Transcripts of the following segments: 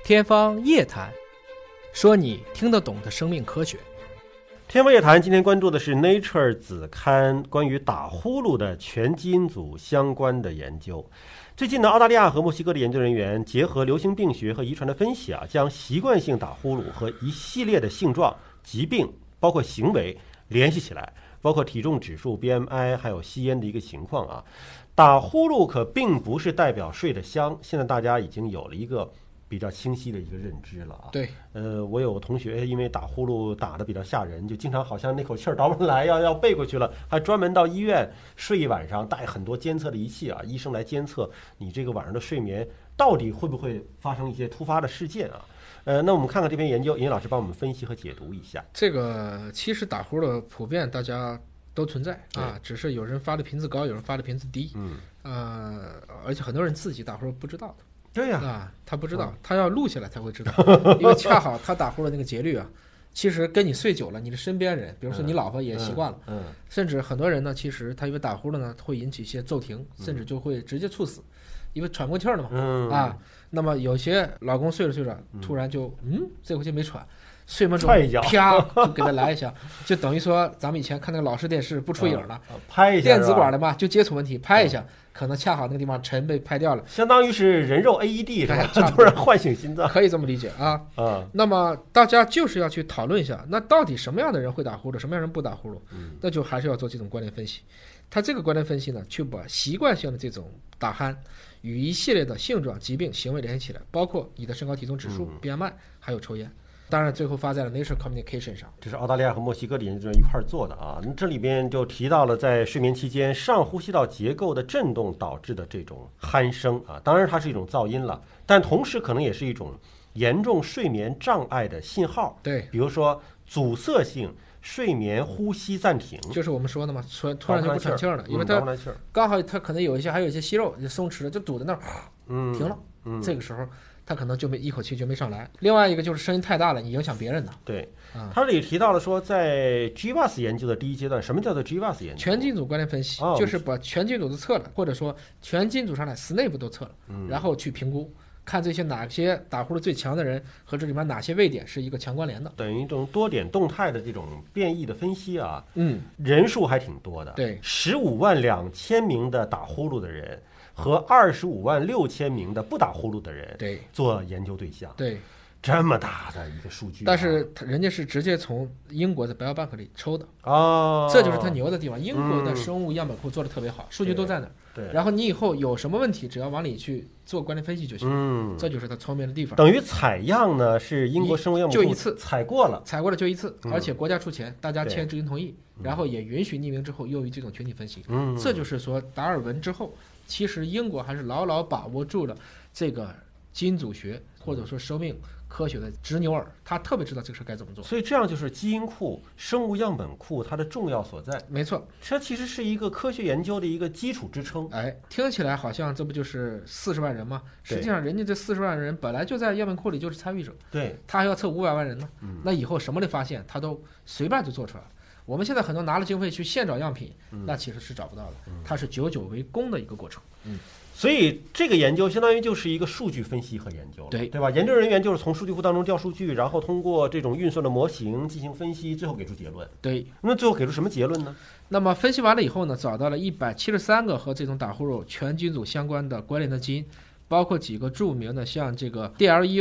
天方夜谭，说你听得懂的生命科学。 天方夜谭今天关注的是 Nature 子刊关于打呼噜的全基因组相关的研究。最近呢，澳大利亚和墨西哥的研究人员结合流行病学和遗传的分析将习惯性打呼噜和一系列的性状、疾病，包括行为联系起来，包括体重指数、BMI， 还有吸烟的一个情况打呼噜可并不是代表睡得香，现在大家已经有了一个比较清晰的一个认知了对， 我有同学因为打呼噜打得比较吓人，就经常好像那口气儿倒不来，要背过去了，还专门到医院睡一晚上，带很多监测的仪器医生来监测你这个晚上的睡眠到底会不会发生一些突发的事件那我们看看这篇研究，尹老师帮我们分析和解读一下。 这个其实打呼噜普遍大家都存在只是有人发的频次高，有人发的频次低。而且很多人自己打呼噜不知道的。 对呀， 他不知道，他要录下来才会知道，因为恰好他打呼噜那个节律其实跟你睡久了，你的身边人，比如说你老婆也习惯了，甚至很多人呢，其实他因为打呼噜呢，会引起一些骤停，甚至就会直接猝死，因为喘不过气儿了嘛。那么有些老公睡着睡着，突然就这口气没喘。睡梦中啪就给他来一下，就等于说咱们以前看那个老式电视不出影了， 拍一下电子管的嘛，就接触问题拍一下，可能恰好那个地方尘被拍掉了， 相当于是人肉 AED 是吧？突然唤醒心脏， 可以这么理解那么大家就是要去讨论一下，那到底什么样的人会打呼噜，什么样的人不打呼噜？那就还是要做这种关联分析。他这个关联分析呢，去把习惯性的这种打鼾与一系列的性状、疾病、行为联系起来，包括你的身高体重指数、BMI， 还有抽烟。当然最后发在了 Nature Communication 上。这是澳大利亚和墨西哥的研究人员一块做的这里边就提到了在睡眠期间上呼吸道结构的震动导致的这种鼾声当然它是一种噪音了，但同时可能也是一种严重睡眠障碍的信号。 对， 比如说阻塞性睡眠呼吸暂停， 就是我们说的嘛，突然就不喘气儿了，因为它刚好它可能还有一些息肉就松弛了，就堵在那儿停了，这个时候他可能就一口气就没上来。另外一个就是声音太大了，你影响别人的。 对，他这里提到了说，在 GWAS 研究的第一阶段，什么叫做 GWAS 研究？ 全基因组关联分析，就是把全基因组都测了，或者说全基因组上来 SNP 都测了，然后去评估，看这些哪些打呼噜最强的人和这里面哪些位点是一个强关联的， 等于一种多点动态的这种变异的分析人数还挺多的。 对 ，15.2万名的打呼噜的人和25.6万名的不打呼噜的人做研究对象。 对， 这么大的一个数据， 但是人家是直接从英国的 Biobank 里抽的这就是他牛的地方。英国的生物样本库做的特别好，数据都在那儿。 对， 然后你以后有什么问题，只要往里去做关联分析就行。这就是他聪明的地方。 等于采样呢是英国生物样本库就一次采过了就一次，而且国家出钱，大家签知情同意，然后也允许匿名之后用于这种群体分析。这就是说达尔文之后，其实英国还是牢牢把握住了这个基因组学或者说生命科学的执牛耳，他特别知道这个事该怎么做。 所以这样就是基因库、生物样本库它的重要所在。 没错， 这其实是一个科学研究的一个基础支撑。 听起来好像这不就是40万人吗？实际上人家这40万人本来就在样本库里就是参与者。 对， 他还要测500万人呢。那以后什么的发现他都随便就做出来了。我们现在很多拿了经费去现找样品，那其实是找不到的，它是久久为功的一个过程。 所以这个研究相当于就是一个数据分析和研究了，对吧？研究人员就是从数据库当中调数据，然后通过这种运算的模型进行分析，最后给出结论。 对， 那最后给出什么结论呢？ 那么分析完了以后呢，找到了173个和这种打呼噜全基因组相关的关联的基因，包括几个著名的，像这个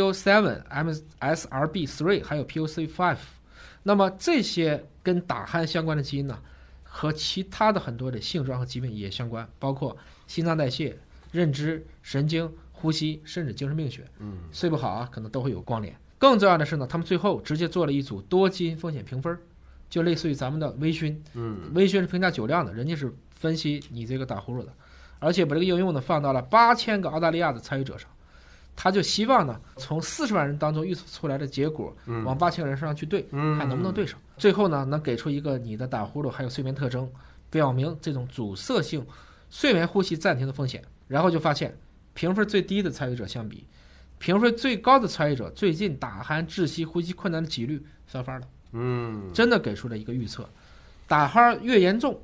DLEO7、MSRB3 还有 POC5。那么这些跟打鼾相关的基因呢，和其他的很多的性状和疾病也相关，包括心脏代谢、认知、神经、呼吸，甚至精神病学。睡不好可能都会有关联。更重要的是呢，他们最后直接做了一组多基因风险评分，就类似于咱们的微醺。微醺是评价酒量的，人家是分析你这个打呼噜的，而且把这个应用呢放到了8000个澳大利亚的参与者上。他就希望呢，从40万人当中预测出来的结果，往8000人身上去对，看能不能对上。最后呢，能给出一个你的打呼噜还有睡眠特征，表明这种阻塞性睡眠呼吸暂停的风险。然后就发现，评分最低的参与者相比，评分最高的参与者最近打鼾、窒息、呼吸困难的几率翻番了。真的给出了一个预测，打鼾越严重，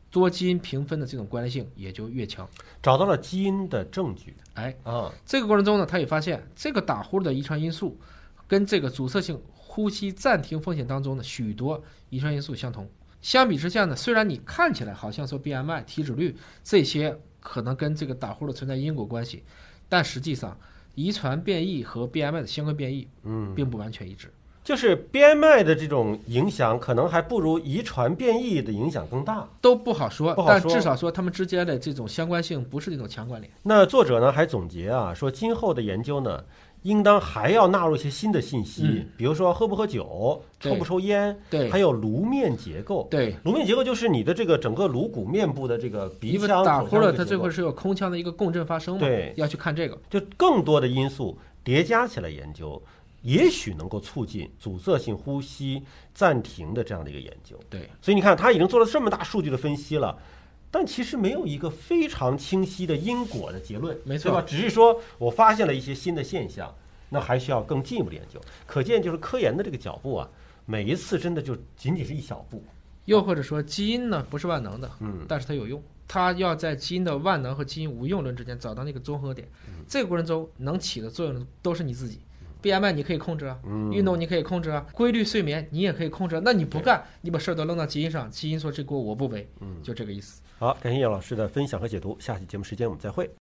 多基因评分的这种关联性也就越强。 找到了基因的证据。 这个过程中呢，他也发现这个打呼噜的遗传因素跟这个阻塞性呼吸暂停风险当中的许多遗传因素相同。相比之下呢，虽然你看起来好像说 BMI、体脂率这些可能跟这个打呼噜存在因果关系，但实际上遗传变异和 BMI 的相关变异并不完全一致。 就是 BMI 的这种影响可能还不如遗传变异的影响更大， 都不好说，但至少说他们之间的这种相关性不是那种强关联。 那作者呢还总结啊，说今后的研究呢应当还要纳入一些新的信息，比如说喝不喝酒、抽不抽烟， 对， 还有颅面结构。 对， 颅面结构就是你的这个整个颅骨面部的这个鼻腔。因为打呼噜它最后是有空腔的一个共振发生嘛， 对， 要去看这个， 就更多的因素叠加起来研究，也许能够促进阻塞性呼吸暂停的这样的一个研究。 对， 所以你看，他已经做了这么大数据的分析了。但其实没有一个非常清晰的因果的结论， 没错， 对吧？只是说我发现了一些新的现象，那还需要更进一步的研究。可见，就是科研的这个脚步啊，每一次真的就仅仅是一小步。 又或者说，基因呢不是万能的，但是它有用，它要在基因的万能和基因无用论之间找到那个综合点。这个过程中能起的作用都是你自己。BMI 你可以控制啊，运动你可以控制啊，规律睡眠你也可以控制啊。那你不干，你把事儿都扔到基因上，基因说这锅我不背，就这个意思。 好，感谢叶老师的分享和解读，下期节目时间我们再会。